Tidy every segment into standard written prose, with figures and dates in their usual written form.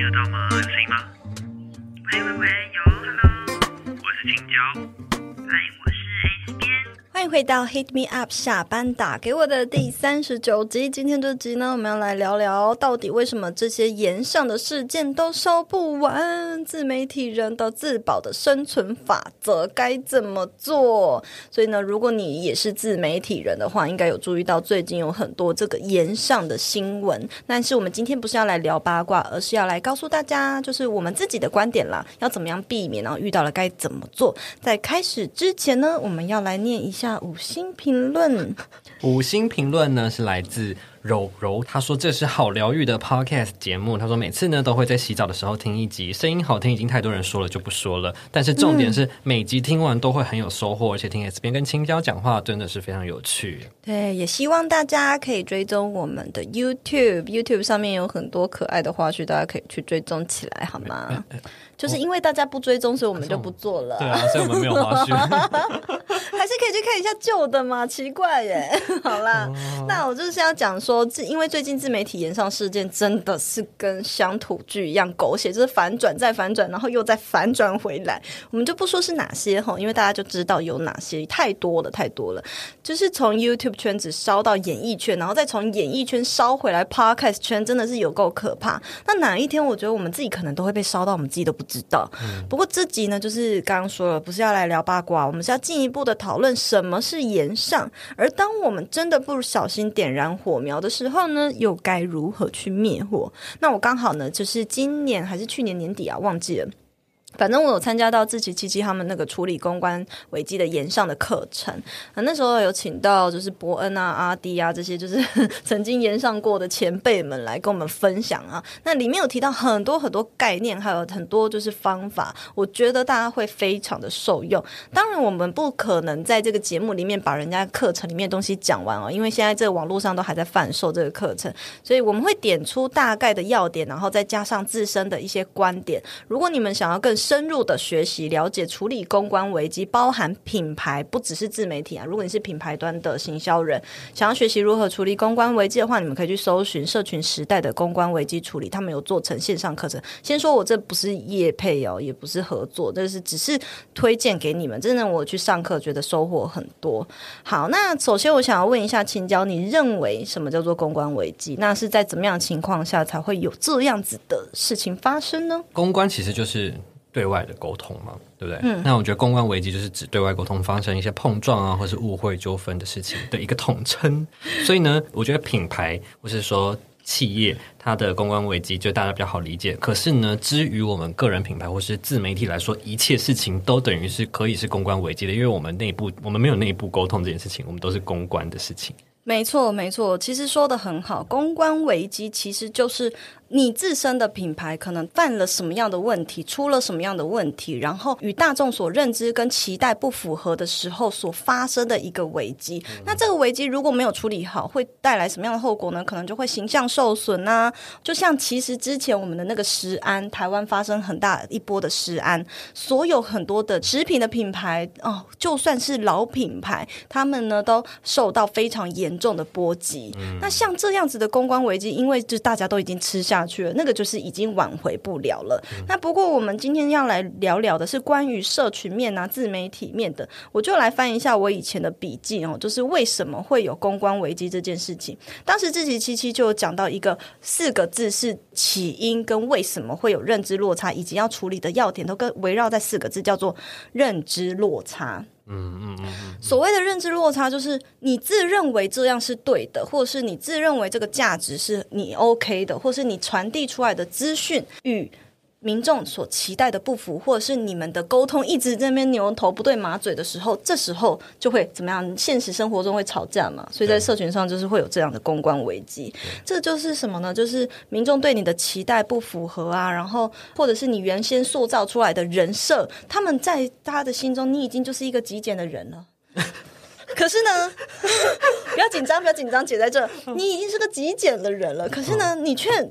得到吗？有声音吗？喂，有 ，Hello， 我是青椒。嗨，我是 S 边。 欢迎回到 Hit Me Up 下班打给我的第39集。今天这集呢，我们要来聊聊到底为什么这些炎上的事件都烧不完，自媒体人的自保的生存法则该怎么做。所以呢，如果你也是自媒体人的话，应该有注意到最近有很多这个炎上的新闻。但是我们今天不是要来聊八卦，而是要来告诉大家就是我们自己的观点啦，要怎么样避免，然后遇到了该怎么做。在开始之前呢，我们要来念一下5星评论。 5星评论呢是来自柔柔，他说这是好疗愈的 podcast 节目，他说每次呢都会在洗澡的时候听一集，声音好听已经太多人说了就不说了，但是重点是每集听完都会很有收获，而且听 S 边跟青椒讲话真的是非常有趣。 对，也希望大家可以追踪我们的 YouTube 上面有很多可爱的花絮，大家可以去追踪起来好吗？就是因为大家不追踪，所以我们就不做了。 对啊，所以我们没有花絮还是可以去看一下旧的嘛，奇怪耶。好啦，那我就是要讲说，因为最近自媒体炎上事件真的是跟乡土剧一样狗血，就是反转再反转，然后又再反转回来。我们就不说是哪些齁，因为大家就知道有哪些，太多了。就是从 YouTube 圈子烧到演艺圈，然后再从演艺圈烧回来 Podcast 圈，真的是有够可怕。那哪一天我觉得我们自己可能都会被烧到，我们自己都不知道。不过这集呢，就是刚刚说了，不是要来聊八卦，我们是要进一步的讨论什么是炎上，而当我们真的不小心点燃火苗的时候呢，又该如何去灭火？那我刚好呢，就是今年还是去年年底啊，忘记了。反正我有参加到志祺七七他们那个处理公关危机的炎上的课程，那时候有请到就是伯恩啊、阿弟啊这些就是曾经炎上过的前辈们来跟我们分享啊。那里面有提到很多很多概念，还有很多就是方法，我觉得大家会非常的受用。当然我们不可能在这个节目里面把人家课程里面的东西讲完哦，因为现在这个网络上都还在贩售这个课程，所以我们会点出大概的要点，然后再加上自身的一些观点。如果你们想要更深入的学习了解处理公关危机，包含品牌，不只是自媒体啊，如果你是品牌端的行销人，想要学习如何处理公关危机的话，你们可以去搜寻社群时代的公关危机处理，他们有做成线上课程。先说我这不是业配哦，也不是合作，这是只是推荐给你们，真的我去上课觉得收获很多。好，那首先我想要问一下青椒，你认为什么叫做公关危机？那是在怎么样的情况下才会有这样子的事情发生呢？ 公关其实就是对外的沟通嘛，对不对？那我觉得公关危机就是指对外沟通发生一些碰撞啊，或是误会纠纷的事情的一个统称。所以呢，我觉得品牌或是说企业它的公关危机就大家比较好理解。可是呢，至于我们个人品牌或是自媒体来说，一切事情都等于是可以是公关危机的，因为我们没有内部沟通这件事情，我们都是公关的事情。 没错，其实说得很好，公关危机其实就是你自身的品牌可能犯了什么样的问题，出了什么样的问题，然后与大众所认知跟期待不符合的时候所发生的一个危机。那这个危机如果没有处理好，会带来什么样的后果呢？可能就会形象受损啊，就像其实之前我们的那个食安，台湾发生很大一波的食安，所有很多的食品的品牌就算是老品牌，他们呢都受到非常严重的波及。那像这样子的公关危机，因为就大家都已经吃下去了，那个就是已经挽回不了了。那不过我们今天要来聊聊的是关于社群面啊、自媒体面的，我就来翻一下我以前的笔记哦，就是为什么会有公关危机这件事情。当时志祺七七就有讲到一个4个字是起因跟为什么会有认知落差，以及要处理的要点都跟围绕在4个字，叫做认知落差。所谓的认知落差就是你自认为这样是对的，或者是你自认为这个价值是你 OK 的，或是你传递出来的资讯与民众所期待的不符，或者是你们的沟通一直在那边牛头不对马嘴的时候，这时候就会怎么样？现实生活中会吵架嘛，所以在社群上就是会有这样的公关危机。这就是什么呢？就是民众对你的期待不符合啊，然后或者是你原先塑造出来的人设，他们在他的心中你已经就是一个极简的人了。可是呢不要紧张，姐在这，你已经是个极简的人了，可是呢你却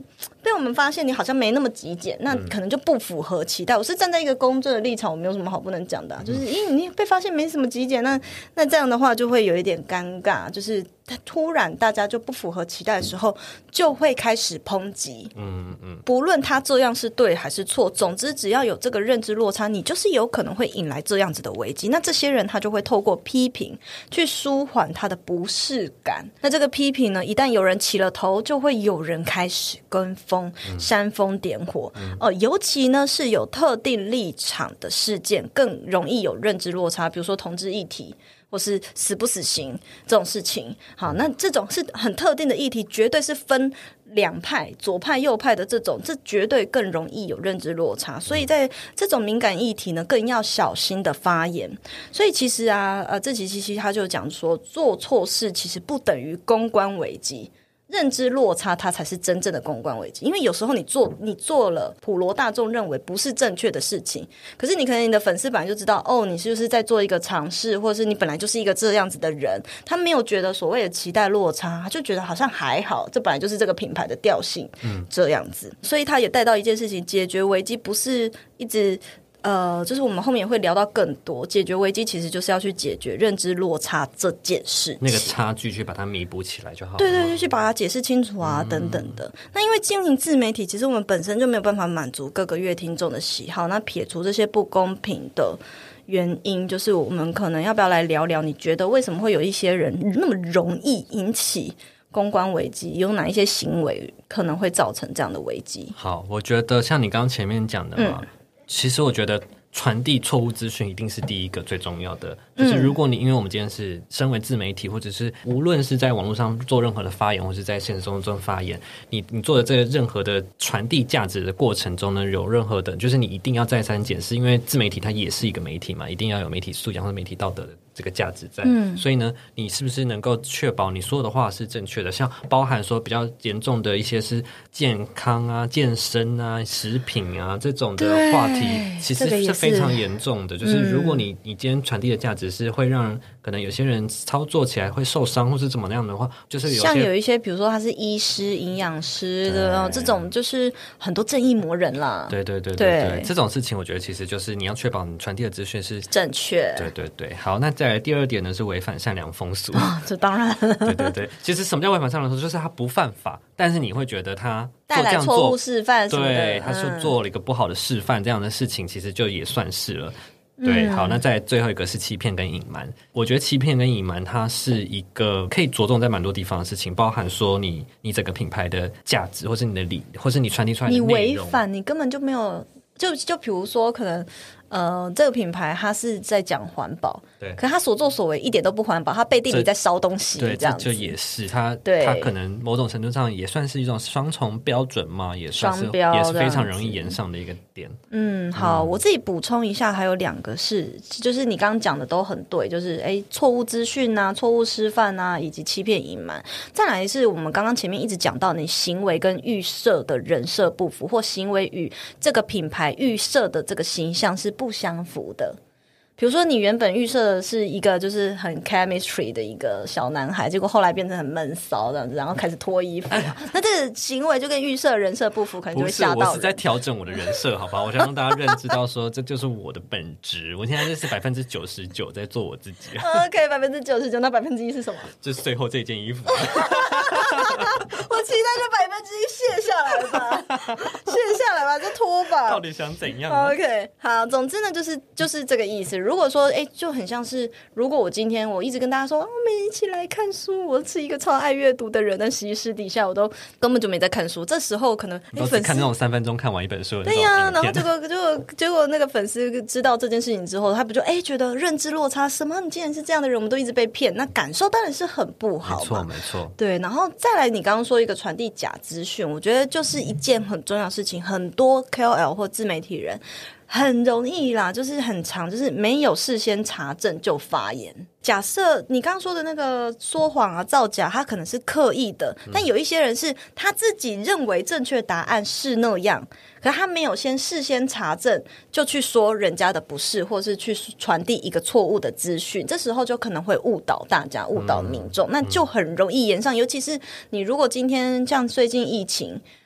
被我们发现你好像没那么极简，那可能就不符合期待。我是站在一个公正的立场，我没有什么好不能讲的就是你被发现没什么极简，那这样的话就会有一点尴尬，就是突然大家就不符合期待的时候，就会开始抨击。不论他这样是对还是错，总之只要有这个认知落差，你就是有可能会引来这样子的危机。那这些人他就会透过批评去舒缓他的不适感。那这个批评呢，一旦有人起了头，就会有人开始跟风煽风点火。尤其呢是有特定立场的事件，更容易有认知落差，比如说同志议题。或是死不死刑这种事情，好，那这种是很特定的议题，绝对是分两派，左派右派的这种，这绝对更容易有认知落差。所以在这种敏感议题呢，更要小心的发言。所以其实这期77他就讲说，做错事其实不等于公关危机。认知落差它才是真正的公关危机，因为有时候你做了普罗大众认为不是正确的事情，可是你可能你的粉丝本来就知道你就是在做一个尝试，或者是你本来就是一个这样子的人，他没有觉得所谓的期待落差，他就觉得好像还好，这本来就是这个品牌的调性，这样子。所以他也带到一件事情，解决危机不是一直就是我们后面也会聊到更多，解决危机其实就是要去解决认知落差这件事情， 那个差距去把它弥补起来就好了。 对，就去把它解释清楚等等的。那因为经营自媒体，其实我们本身就没有办法满足各个乐听众的喜好，那撇除这些不公平的原因，就是我们可能要不要来聊聊，你觉得为什么会有一些人那么容易引起公关危机，有哪一些行为可能会造成这样的危机？ 好，我觉得像你刚刚前面讲的嘛，其实我觉得传递错误资讯一定是第一个最重要的。就是如果你因为我们今天是身为自媒体，或者是无论是在网络上做任何的发言，或是在现实生活中发言，你做的这个任何的传递价值的过程中呢，有任何的就是你一定要再三检视，因为自媒体它也是一个媒体嘛，一定要有媒体素养或者媒体道德的这个价值在。所以呢，你是不是能够确保你说的话是正确的，像包含说比较严重的一些是健康啊、健身啊、食品啊这种的话题，其实是非常严重的。就是如果你今天传递的价值是会让可能有些人操作起来会受伤或是怎么样的话，就是像有一些比如说他是医师、营养师的这种，就是很多正义魔人啦。 对，这种事情我觉得其实就是你要确保你传递的资讯是正确。 对。好，那再来第二点呢，是违反善良风俗。 这当然。 对，其实什么叫违反善良风俗？就是他不犯法，但是你会觉得他带来错误示范什么的， 对，他是做了一个不好的示范，这样的事情其实就也算是了。对，好，那再最后一个是欺骗跟隐瞒。我觉得欺骗跟隐瞒它是一个可以着重在蛮多地方的事情，包含说你整个品牌的价值，或是你的理，或是你传递出来的内容， 你违反，你根本就没有，就比如说可能这个品牌它是在讲环保， 对， 可是他所作所为一点都不环保，他背地里在烧东西， 对， 这样子这就也是他可能某种程度上也算是一种双重标准嘛，也算是也是非常容易延上的一个点。 好，我自己补充一下，还有两个是，就是你刚刚讲的都很对，就是错误资讯啊、错误示范啊，以及欺骗隐瞒。再来是我们刚刚前面一直讲到，你行为跟预设的人设不符，或行为与这个品牌预设的这个形象是不相符的。比如说你原本预设的是一个就是很 chemistry 的一个小男孩，结果后来变成很闷骚这样子，然后开始脱衣服那这个行为就跟预设人设不符，可能就会吓到人。 不是，我是在调整我的人设好吧，我想让大家认知到说这就是我的本质，我现在就是 99% 在做我自己。 OK， 99%，那1%是什么？ 就是最后这件衣服我期待这1%卸下来吧卸下来吧，就脱吧， 到底想怎样 ？OK， 好，总之呢就是这个意思。如果说就很像是，如果我今天我一直跟大家说我们一起来看书，我是一个超爱阅读的人，但其实私底下我都根本就没在看书，这时候可能都只看那种3分钟看完一本书的那种。 对呀，然后结果那个粉丝知道这件事情之后，他不就觉得认知落差，什么你竟然是这样的人，我们都一直被骗，那感受当然是很不好嘛。 没错。对， 然后再来你刚刚说一个传递假资讯，我觉得就是一件很重要的事情，很多 KOL 或自媒体人很容易啦，就是很常，就是没有事先查证就发言。假设你刚刚说的那个说谎啊、造假，他可能是刻意的，但有一些人是他自己认为正确答案是那样，可是他没有事先查证就去说人家的不是，或是去传递一个错误的资讯，这时候就可能会误导大家、误导民众，那就很容易延上。尤其是你如果今天像最近疫情，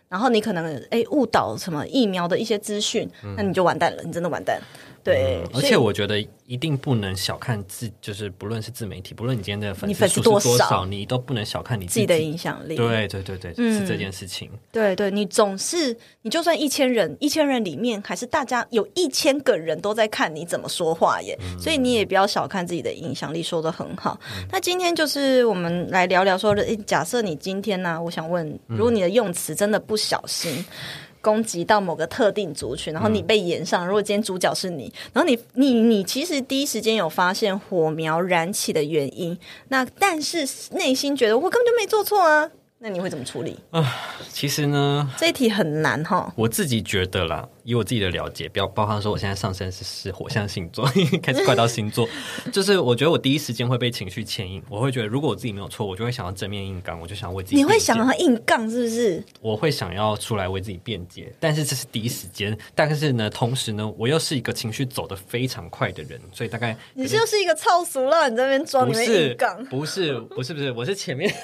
然后你可能误导什么疫苗的一些资讯，那你就完蛋了，你真的完蛋。对， 而且我觉得一定不能小看就是不论是自媒体，不论你今天的粉丝数是多少，你都不能小看你自己的影响力。 对对对对，是这件事情。 对对，你总是你就算1000人里面，还是大家有1000个人都在看你怎么说话耶，所以你也不要小看自己的影响力，说得很好。那今天就是我们来聊聊说，假设你今天呢，我想问，如果你的用词真的不小心攻击到某个特定族群，然后你被炎上，如果今天主角是你，然后你其实第一时间有发现火苗燃起的原因，那但是内心觉得我根本就没做错啊，那你会怎么处理其实呢， 这一题很难齁。 我自己觉得啦，以我自己的了解，不要包含说我现在上升是火象星座，开始怪到星座，就是我觉得我第一时间会被情绪牵引，我会觉得如果我自己没有错，我就会想要正面硬刚，我就想为自己辩解。 你会想要硬杠是不是？ 我会想要出来为自己辩解，但是这是第一时间。但是呢，同时呢，我又是一个情绪走得非常快的人，所以大概你就是一个超俗了，你在那边装，你会硬杠？ 不是，我是前面。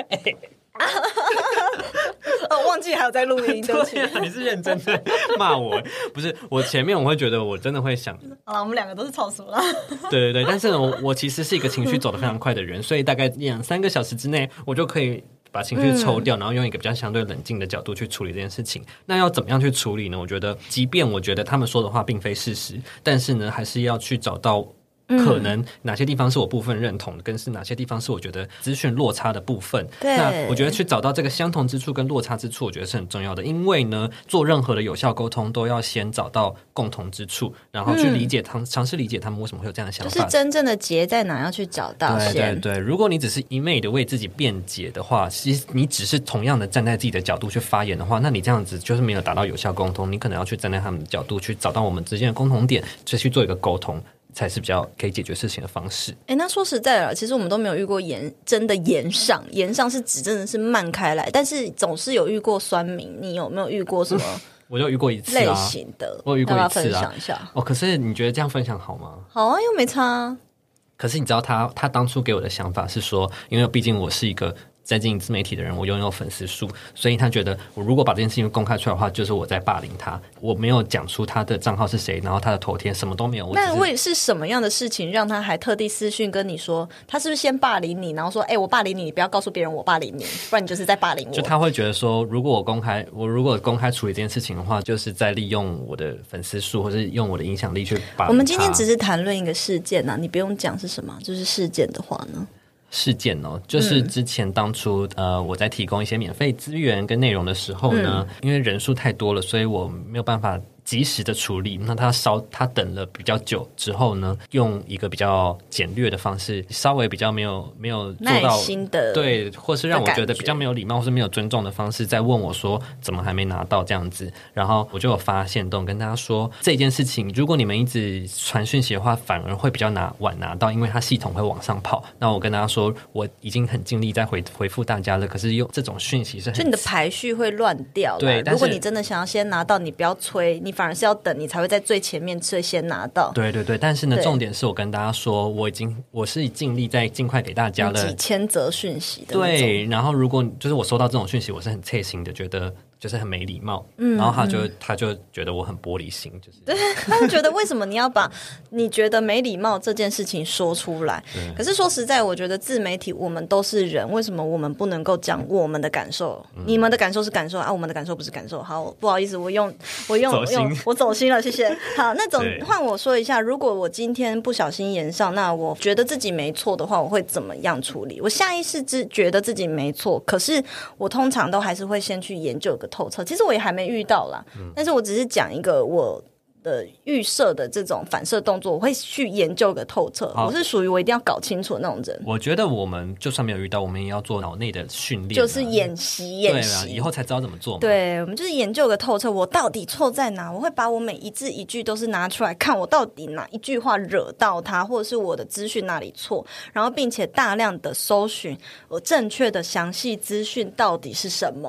忘记还有在录音，对不起。 你是认真的骂我？不是，我前面我会觉得我真的会想， 好了，我们两个都是超俗了。 对对对，但是呢，我其实是一个情绪走得非常快的人，所以大概2-3个小时之内，我就可以把情绪抽掉，然后用一个比较相对冷静的角度去处理这件事情。那要怎么样去处理呢？我觉得，即便我觉得他们说的话并非事实，但是呢，还是要去找到可能哪些地方是我部分认同的，跟是哪些地方是我觉得资讯落差的部分。那我觉得去找到这个相同之处跟落差之处，我觉得是很重要的。因为呢，做任何的有效沟通，都要先找到共同之处，然后去理解尝试理解他们为什么会有这样的想法。 就是真正的结在哪，要去找到先。 对对对，如果你只是一昧的为自己辩解的话，其实你只是同样的站在自己的角度去发言的话，那你这样子就是没有达到有效沟通。你可能要去站在他们的角度，去找到我们之间的共同点，就去做一个沟通。才是比较可以解决事情的方式。 那说实在了，其实我们都没有遇过真的炎上是指真的是漫开来，但是总是有遇过酸民。你有没有遇过什么？ 我就遇过一次类型的， 我有遇过一次分享一下。 可是你觉得这样分享好吗？ 好啊，又没差啊。 可是你知道他当初给我的想法是说，因为毕竟我是一个在经营自媒体的人，我拥有粉丝数，所以他觉得我如果把这件事情公开出来的话，就是我在霸凌他。我没有讲出他的账号是谁，然后他的头贴什么都没有。 那为是什么样的事情让他还特地私讯跟你说，他是不是先霸凌你，然后说我霸凌你，你不要告诉别人我霸凌你，不然你就是在霸凌我。 就他会觉得说，如果公开处理这件事情的话，就是在利用我的粉丝数，或是用我的影响力去霸凌他。 我们今天只是谈论一个事件啊，你不用讲是什么，就是事件的话呢。 事件就是之前当初我在提供一些免费资源跟内容的时候呢，因为人数太多了，所以我没有办法及时的处理。那他等了比较久之后呢，用一个比较简略的方式，稍微比较没有做到耐心的， 对，或是让我觉得比较没有礼貌或是没有尊重的方式，再问我说怎么还没拿到这样子。然后我就有发限动跟大家说，这件事情如果你们一直传讯息的话，反而会比较晚拿到，因为它系统会往上跑。那我跟大家说，我已经很尽力在回复大家了，可是用这种讯息是很， 就你的排序会乱掉。 对， 如果你真的想要先拿到，你不要催，你反而是要等，你才会在最前面最先拿到。 对对对，但是呢，重点是我跟大家说，我是尽力在尽快给大家了几千则讯息的。 对，然后如果就是我收到这种讯息，我是很切心的，觉得就是很没礼貌，然后他就觉得我很玻璃心，就是对，他就觉得为什么你要把你觉得没礼貌这件事情说出来？可是说实在，我觉得自媒体我们都是人，为什么我们不能够讲我们的感受？你们的感受是感受啊，我们的感受不是感受。好，不好意思，我走心了，谢谢。好，那种换我说一下，如果我今天不小心言上，那我觉得自己没错的话，我会怎么样处理？我下意识觉得自己没错，可是我通常都还是会先去研究个透彻。其实我也还没遇到啦，但是我只是讲一个我的预设的这种反射动作，我会去研究个透彻。我是属于我一定要搞清楚的那种人。 我觉得我们就算没有遇到，我们也要做脑内的训练， 就是演习。 对啊，以后才知道怎么做嘛。 对，我们就是研究个透彻，我到底错在哪？我会把我每一字一句都是拿出来看，我到底哪一句话惹到他，或者是我的资讯哪里错，然后并且大量的搜寻我正确的详细资讯到底是什么。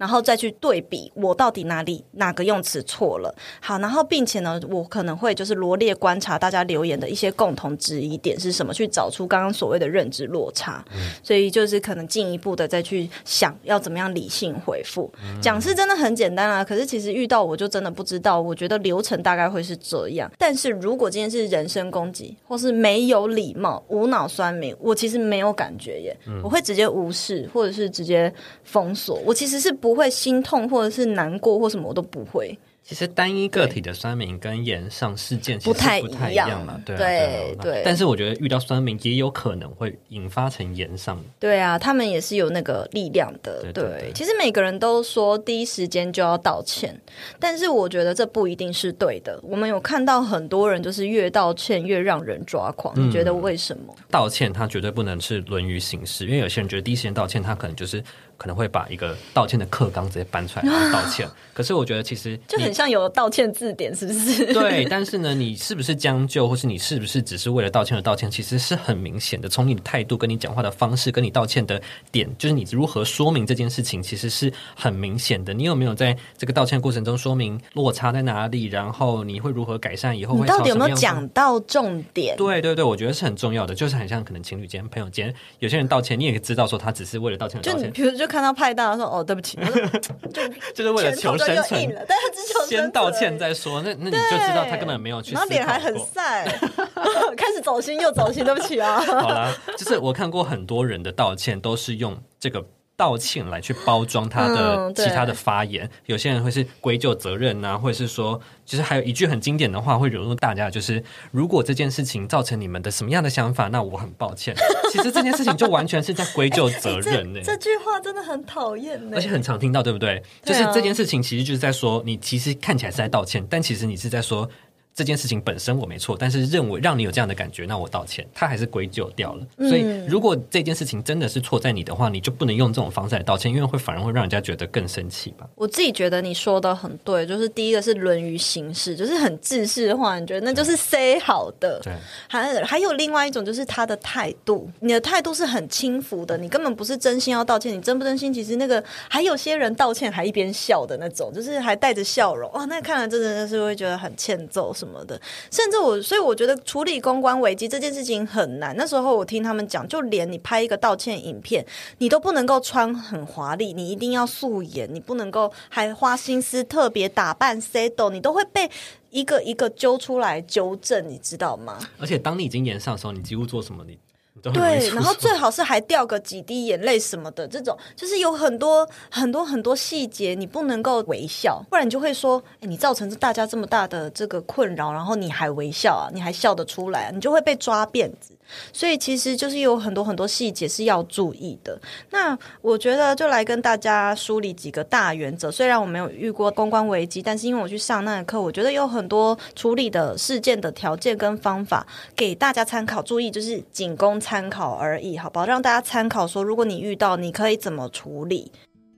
然后再去对比我到底哪个用词错了。好，然后并且呢，我可能会就是罗列观察大家留言的一些共同质疑点是什么，去找出刚刚所谓的认知落差。所以就是可能进一步的再去想要怎么样理性回复。讲是真的很简单啊，可是其实遇到我就真的不知道，我觉得流程大概会是这样。但是如果今天是人身攻击或是没有礼貌无脑酸民，我其实没有感觉耶，我会直接无视或者是直接封锁，我其实是不会心痛或者是难过或什么，我都不会。 其实单一个体的酸民跟炎上事件其实不太一样嘛，对。但是我觉得遇到酸民也有可能会引发成炎上。 对啊，他们也是有那个力量的。对，其实每个人都说第一时间就要道歉，但是我觉得这不一定是对的。我们有看到很多人就是越道歉越让人抓狂，你觉得为什么？ 道歉它绝对不能是沦于形式，因为有些人觉得第一时间道歉，他可能会把一个道歉的课纲直接搬出来然后道歉。可是我觉得其实就很像有道歉字典，是不是？ 对，但是呢，你是不是将就，或是你是不是只是为了道歉而道歉，其实是很明显的。从你的态度、跟你讲话的方式、跟你道歉的点，就是你如何说明这件事情，其实是很明显的。你有没有在这个道歉过程中说明落差在哪里，然后你会如何改善，以后会朝什么样？你到底有没有讲到重点？ 对，我觉得是很重要的。就是很像可能情侣间、朋友间，有些人道歉，你也知道说他只是为了道歉而道歉。 就你比如就看到派大说哦，对不起， 就是为了求生存， 但他只求生存先道歉再说。那你就知道他根本没有去思考过， 然后脸还很晒，开始走心又走心，对不起啊。 好啦，就是我看过很多人的道歉都是用这个道歉来去包装他的其他的发言，有些人会是归咎责任啊，或者是说就是还有一句很经典的话会惹怒大家，就是如果这件事情造成你们的什么样的想法，那我很抱歉。其实这件事情就完全是在归咎责任这句话真的很讨厌而且很常听到，对不对？就是这件事情其实就是在说你其实看起来是在道歉，但其实你是在说这件事情本身我没错，但是认为让你有这样的感觉，那我道歉，他还是归咎掉了。所以如果这件事情真的是错在你的话，你就不能用这种方式来道歉，因为反而会让人家觉得更生气吧。 我自己觉得你说的很对，就是第一个是沦于形式，就是很制式的话，你觉得那就是 say 好的。对，还有另外一种就是他的态度，你的态度是很轻浮的，你根本不是真心要道歉，你真不真心？其实那个还有些人道歉还一边笑的那种，就是还带着笑容，哇，那看了真的是会觉得很欠揍什么的。甚至所以我觉得处理公关危机这件事情很难。那时候我听他们讲，就连你拍一个道歉影片，你都不能够穿很华丽，你一定要素颜，你不能够还花心思特别打扮 set， 你都会被一个一个揪出来纠正，你知道吗？ 而且当你已经演上的时候，你几乎做什么对，然后最好是还掉个几滴眼泪什么的，这种就是有很多细节你不能够微笑，不然你就会说你造成大家这么大的这个困扰，然后你还微笑啊，你还笑得出来啊，你就会被抓辫子。所以其实就是有很多细节是要注意的。那我觉得就来跟大家梳理几个大原则，虽然我没有遇过公关危机，但是因为我去上那个课，我觉得有很多处理的事件的条件跟方法给大家参考。注意就是仅供参考而已，好不好？让大家参考说如果你遇到你可以怎么处理。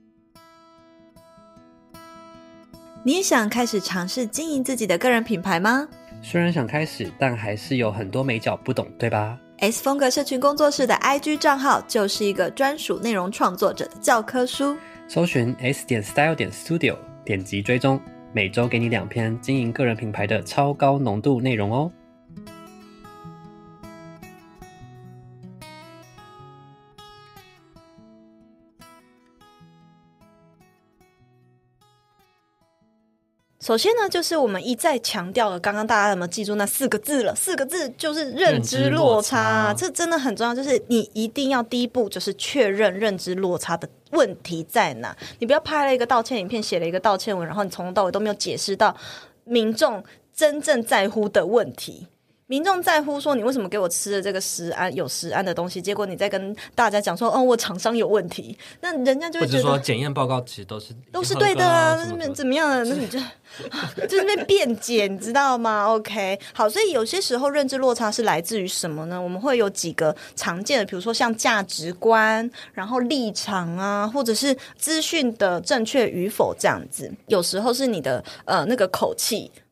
你也想开始尝试经营自己的个人品牌吗？ 虽然想开始，但还是有很多眉角不懂，对吧？ S 风格社群工作室的 IG 账号就是一个专属内容创作者的教科书， 搜寻 s.style.studio 点击追踪，每周给你2篇经营个人品牌的超高浓度内容哦。 首先呢，就是我们一再强调了，刚刚大家有没有记住那4个字了？4个字就是认知落差，这真的很重要。就是你一定要第一步就是确认认知落差的问题在哪。你不要拍了一个道歉影片，写了一个道歉文，然后你从头到尾都没有解释到民众真正在乎的问题。民众在乎说你为什么给我吃了这个有食安的东西，结果你再跟大家讲说我厂商有问题，那人家就会觉得，或者说检验报告其实都是对的啊，怎么样的，那你就是被辩解，你知道吗 ？OK， 好，所以有些时候认知落差是来自于什么呢？我们会有几个常见的，比如说像价值观，然后立场啊，或者是资讯的正确与否这样子。有时候是你的那个口气。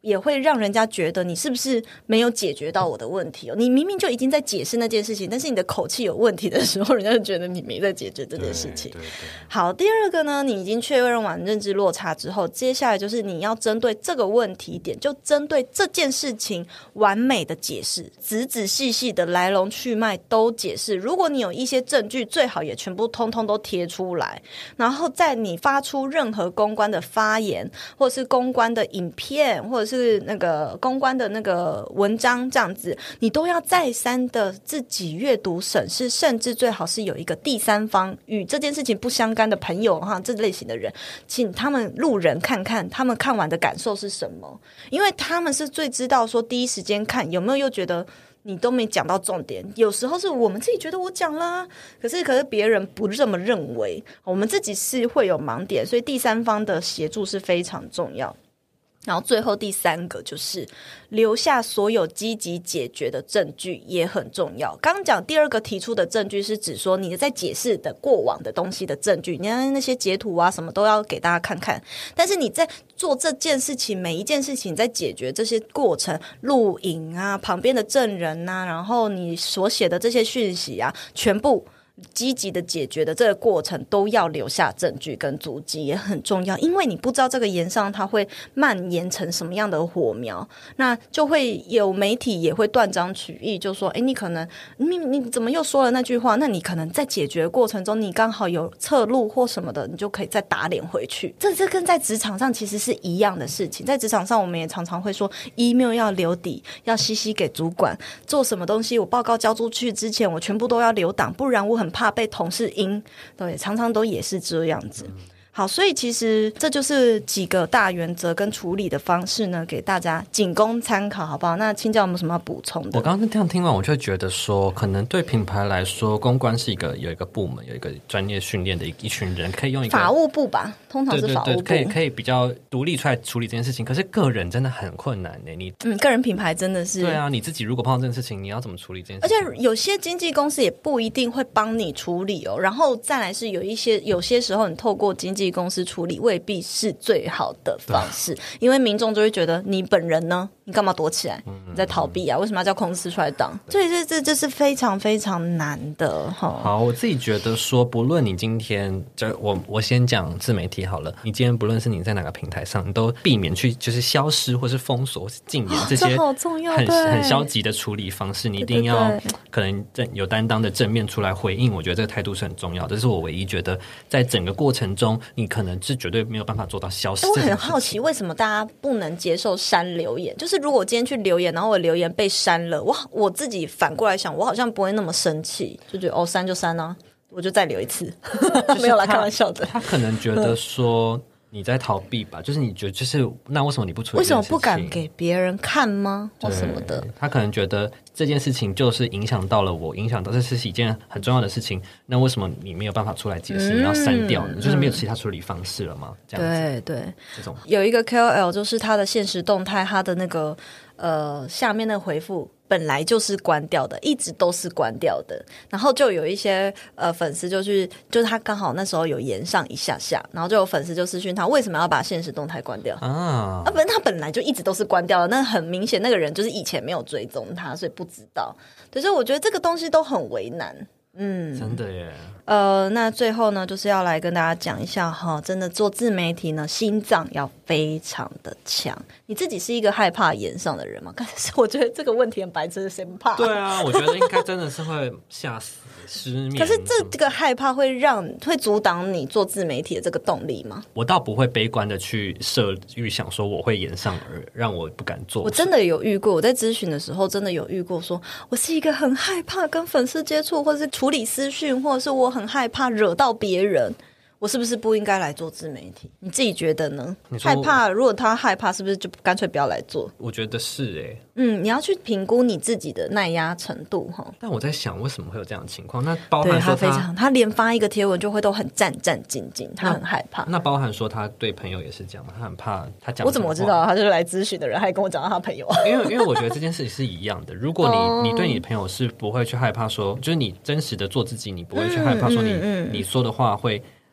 也会让人家觉得你是不是没有解决到我的问题你明明就已经在解释那件事情，但是你的口气有问题的时候，人家就觉得你没在解决这件事情。 对。 好，第二个呢，你已经确认完认知落差之后，接下来就是你要针对这个问题点，就针对这件事情完美的解释，仔仔细细的来龙去脉都解释。如果你有一些证据，最好也全部通通都贴出来，然后在你发出任何公关的发言，或者是公关的影片，或者是那个公关的那个文章，这样子你都要再三的自己阅读审视，甚至最好是有一个第三方与这件事情不相干的朋友这类型的人，请他们路人看看他们看完的感受是什么，因为他们是最知道说第一时间看有没有又觉得你都没讲到重点。有时候是我们自己觉得我讲啦，可是别人不这么认为，我们自己是会有盲点，所以第三方的协助是非常重要。然后最后第三个就是留下所有积极解决的证据也很重要。刚刚讲第二个提出的证据是指说你在解释的过往的东西的证据，你看那些截图啊什么都要给大家看看，但是你在做这件事情每一件事情在解决这些过程，录影啊，旁边的证人啊，然后你所写的这些讯息啊，全部积极的解决的这个过程都要留下证据跟足迹，也很重要，因为你不知道这个炎上它会蔓延成什么样的火苗，那就会有媒体也会断章取义，就说你可能你怎么又说了那句话，那你可能在解决过程中你刚好有侧录或什么的，你就可以再打脸回去。这跟在职场上其实是一样的事情，在职场上我们也常常会说 email 要留底，要CC给主管，做什么东西我报告交出去之前我全部都要留档，不然我很怕被同事阴，对，常常都也是这样子。好，所以其实这就是几个大原则跟处理的方式呢，给大家仅供参考，好不好？那青椒有没有什么要补充的？ 我刚刚这样听完，我就觉得说，可能对品牌来说，公关是有一个部门，有一个专业训练的一群人，可以用一个法务部吧，通常是法务部， 可以比较独立出来处理这件事情。可是个人真的很困难呢， 个人品牌真的是对啊，你自己如果碰到这件事情，你要怎么处理这件事情？ 而且有些经纪公司也不一定会帮你处理哦。然后再来是有些时候，你透过经纪公司处理未必是最好的方式，因为民众就会觉得你本人呢，你干嘛躲起来？你在逃避啊？为什么要叫公司出来当？所以这是非常非常难的。 好，我自己觉得说，不论你今天我先讲自媒体好了，你今天不论是你在哪个平台上，你都避免去就是消失或是封锁或是禁言这些很消极的处理方式，你一定要可能有担当的正面出来回应。我觉得这个态度是很重要的，这是我唯一觉得在整个过程中，你可能是绝对没有办法做到消失。 我很好奇，为什么大家不能接受删留言？就是如果我今天去留言，然后我留言被删了，我自己反过来想，我好像不会那么生气，就觉得删就删啊，我就再留一次，没有啦，开玩笑的。 他可能觉得说你在逃避吧，就是你觉得就是那为什么你不处理？ 为什么不敢给别人看吗？或什么的？ 他可能觉得这件事情就是影响到了我，影响到这是一件很重要的事情，那为什么你没有办法出来解释？你要删掉，就是没有其他处理方式了吗？这样子， 对， 这种有一个 KOL 就是他的限时动态，他的那个下面的回复本来就是关掉的，一直都是关掉的。然后就有一些粉丝就是他刚好那时候有延上一下下，然后就有粉丝就私讯他为什么要把限时动态关掉啊？不然他本来就一直都是关掉的，那很明显那个人就是以前没有追踪他，所以不知道。所以我觉得这个东西都很为难。 真的耶。 那最后呢，就是要来跟大家讲一下哈，真的做自媒体呢，心脏要非常的强。你自己是一个害怕炎上的人吗？可是我觉得这个问题很白痴，谁不怕？ 对啊，我觉得应该真的是会吓死。失眠。 可是这个害怕会阻挡你做自媒体的这个动力吗？ 我倒不会悲观的去预想说我会炎上而让我不敢做。 我真的有遇过，我在咨询的时候真的有遇过说我是一个很害怕跟粉丝接触，或者是处理私讯，或者是我很害怕惹到别人，我是不是不应该来做自媒体？你自己觉得呢？害怕，如果他害怕，是不是就干脆不要来做？ 我觉得是你要去评估你自己的耐压程度哈。 但我在想，为什么会有这样的情况？那包含说他连发一个贴文就会都很战战兢兢，他很害怕。 那包含说他对朋友也是这样吗？他很怕他讲。 我怎么知道？他就是来咨询的人，还跟我讲到他朋友。 因为我觉得这件事情是一样的。如果你对你的朋友是不会去害怕说，就是你真实的做自己，你不会去害怕说你说的话会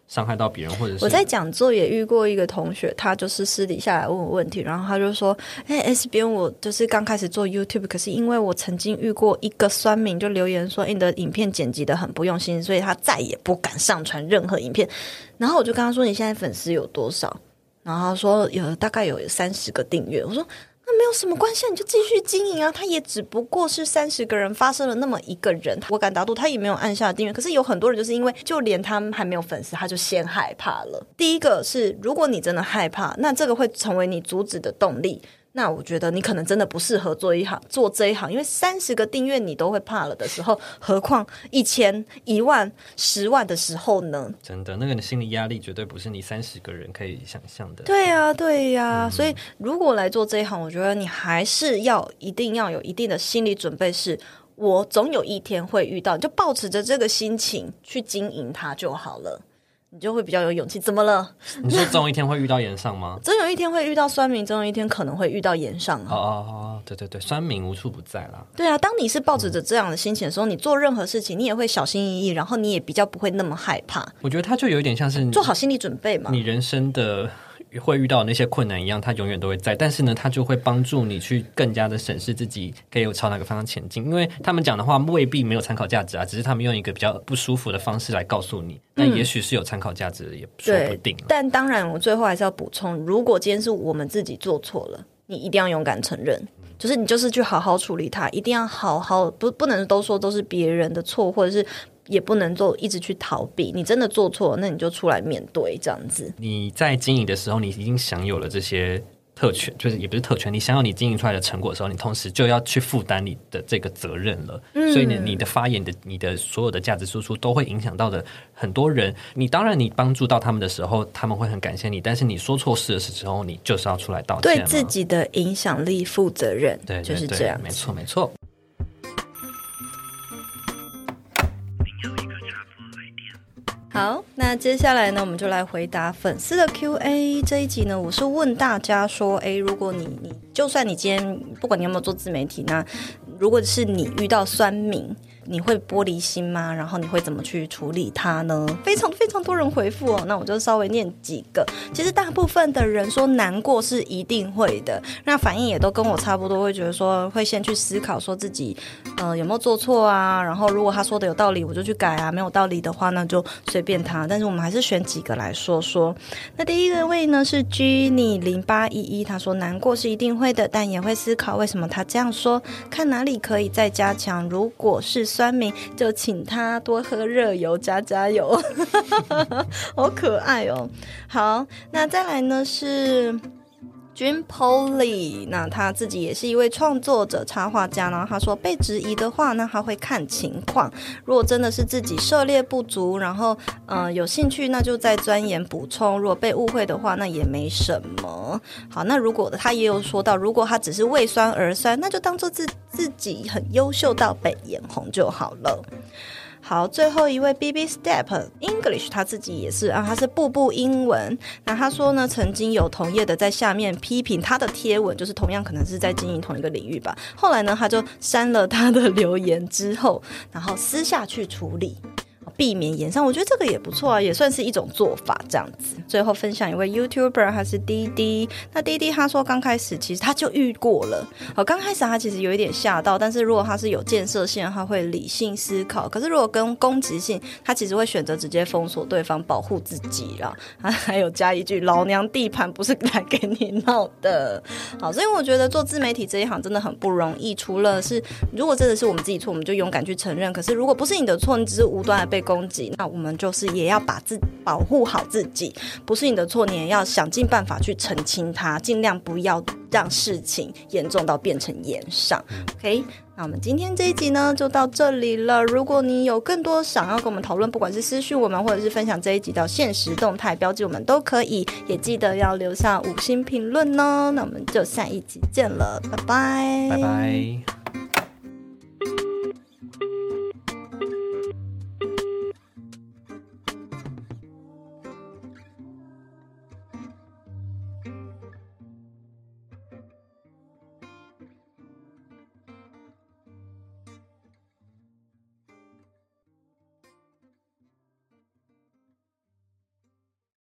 伤害到别人，或者是我在讲座也遇过一个同学，他就是私底下来问我问题，然后他就说S 边我就是刚开始做 YouTube， 可是因为我曾经遇过一个酸民就留言说你的影片剪辑的很不用心，所以他再也不敢上传任何影片。然后我就跟他说你现在粉丝有多少，然后他说大概有30个订阅。我说那没有什么关系，你就继续经营啊，他也只不过是30个人发生了那么一个人，我敢打赌他也没有按下订阅。可是有很多人就是因为就连他们还没有粉丝他就先害怕了。第一个是如果你真的害怕，那这个会成为你阻止的动力，那我觉得你可能真的不适合做这一行，因为30个订阅你都会怕了的时候，何况1000、1万、10万的时候呢？真的，那个心理压力绝对不是你30个人可以想象的。 对啊，对啊，所以如果来做这一行，我觉得你还是一定要有一定的心理准备，是我总有一天会遇到，就抱持着这个心情去经营它就好了。你就会比较有勇气。怎么了？ 你说总有一天会遇到炎上吗？ 总有一天会遇到酸民，总有一天可能会遇到炎上啊。对对对，酸民无处不在啦。 对啊，当你是抱着这样的心情的时候，你做任何事情你也会小心翼翼，然后你也比较不会那么害怕。 我觉得它就有一点像是做好心理准备嘛。 你人生的会遇到那些困难一样，它永远都会在，但是呢它就会帮助你去更加的审视自己可以朝哪个方向前进，因为他们讲的话未必没有参考价值啊，只是他们用一个比较不舒服的方式来告诉你，但也许是有参考价值的，也说不定。 但当然我最后还是要补充，如果今天是我们自己做错了，你一定要勇敢承认，就是你就是去好好处理它，一定要好好，不能都说都是别人的错，或者是也不能一直去逃避，你真的做错了，那你就出来面对，这样子。 你在经营的时候，你已经享有了这些特权，就是也不是特权，你享有你经营出来的成果的时候，你同时就要去负担你的这个责任了。所以呢，你的发言的你的所有的价值输出都会影响到的很多人。你当然你帮助到他们的时候，他们会很感谢你，但是你说错事的时候，你就是要出来道歉， 对自己的影响力负责任。 对， 就是这样。 没错没错。 好，那接下来呢，我们就来回答粉丝的 Q&A。这一集呢，我是问大家说，如果你就算你今天不管你有没有做自媒体，那如果是你遇到酸民，你会玻璃心吗？然后你会怎么去处理它呢？非常非常多人回复那我就稍微念几个。其实大部分的人说难过是一定会的，那反应也都跟我差不多，会觉得说会先去思考说自己有没有做错啊，然后如果他说的有道理我就去改啊，没有道理的话那就随便他。但是我们还是选几个来说说。那第一个位呢是 Jenny0811， 他说难过是一定会的，但也会思考为什么他这样说，看哪里可以再加强，如果是酸民就请他多喝热油加油好可爱哦。好，那再来呢是Jim Polly， 那他自己也是一位创作者插画家，然后他说被质疑的话那他会看情况，如果真的是自己涉猎不足，然后有兴趣那就再钻研补充，如果被误会的话那也没什么。好，那如果他也有说到，如果他只是为酸而酸，那就当做自己很优秀到被眼红就好了。好，最后一位 BB Step English， 他自己也是他是步步英文。那他说呢，曾经有同业的在下面批评他的贴文，就是同样可能是在经营同一个领域吧。后来呢，他就删了他的留言之后，然后私下去处理，避免炎上。我觉得这个也不错啊，也算是一种做法这样子。最后分享一位 YouTuber， 他是滴滴。那滴滴他说刚开始其实他就遇过了，刚开始他其实有一点吓到，但是如果他是有建设性，他会理性思考。可是如果跟攻击性，他其实会选择直接封锁对方，保护自己啦。他还有加一句老娘地盘不是来给你闹的。好，所以我觉得做自媒体这一行真的很不容易，除了是如果真的是我们自己错，我们就勇敢去承认，可是如果不是你的错，你只是无端的被攻击，那我们就是也要保护好自己，不是你的错，你也要想尽办法去澄清它，尽量不要让事情严重到变成炎上。 OK， 那我们今天这一集呢就到这里了。如果你有更多想要跟我们讨论，不管是私讯我们或者是分享这一集到限时动态标记我们都可以，也记得要留下5星评论哦。那我们就下一集见了，拜拜， 拜拜。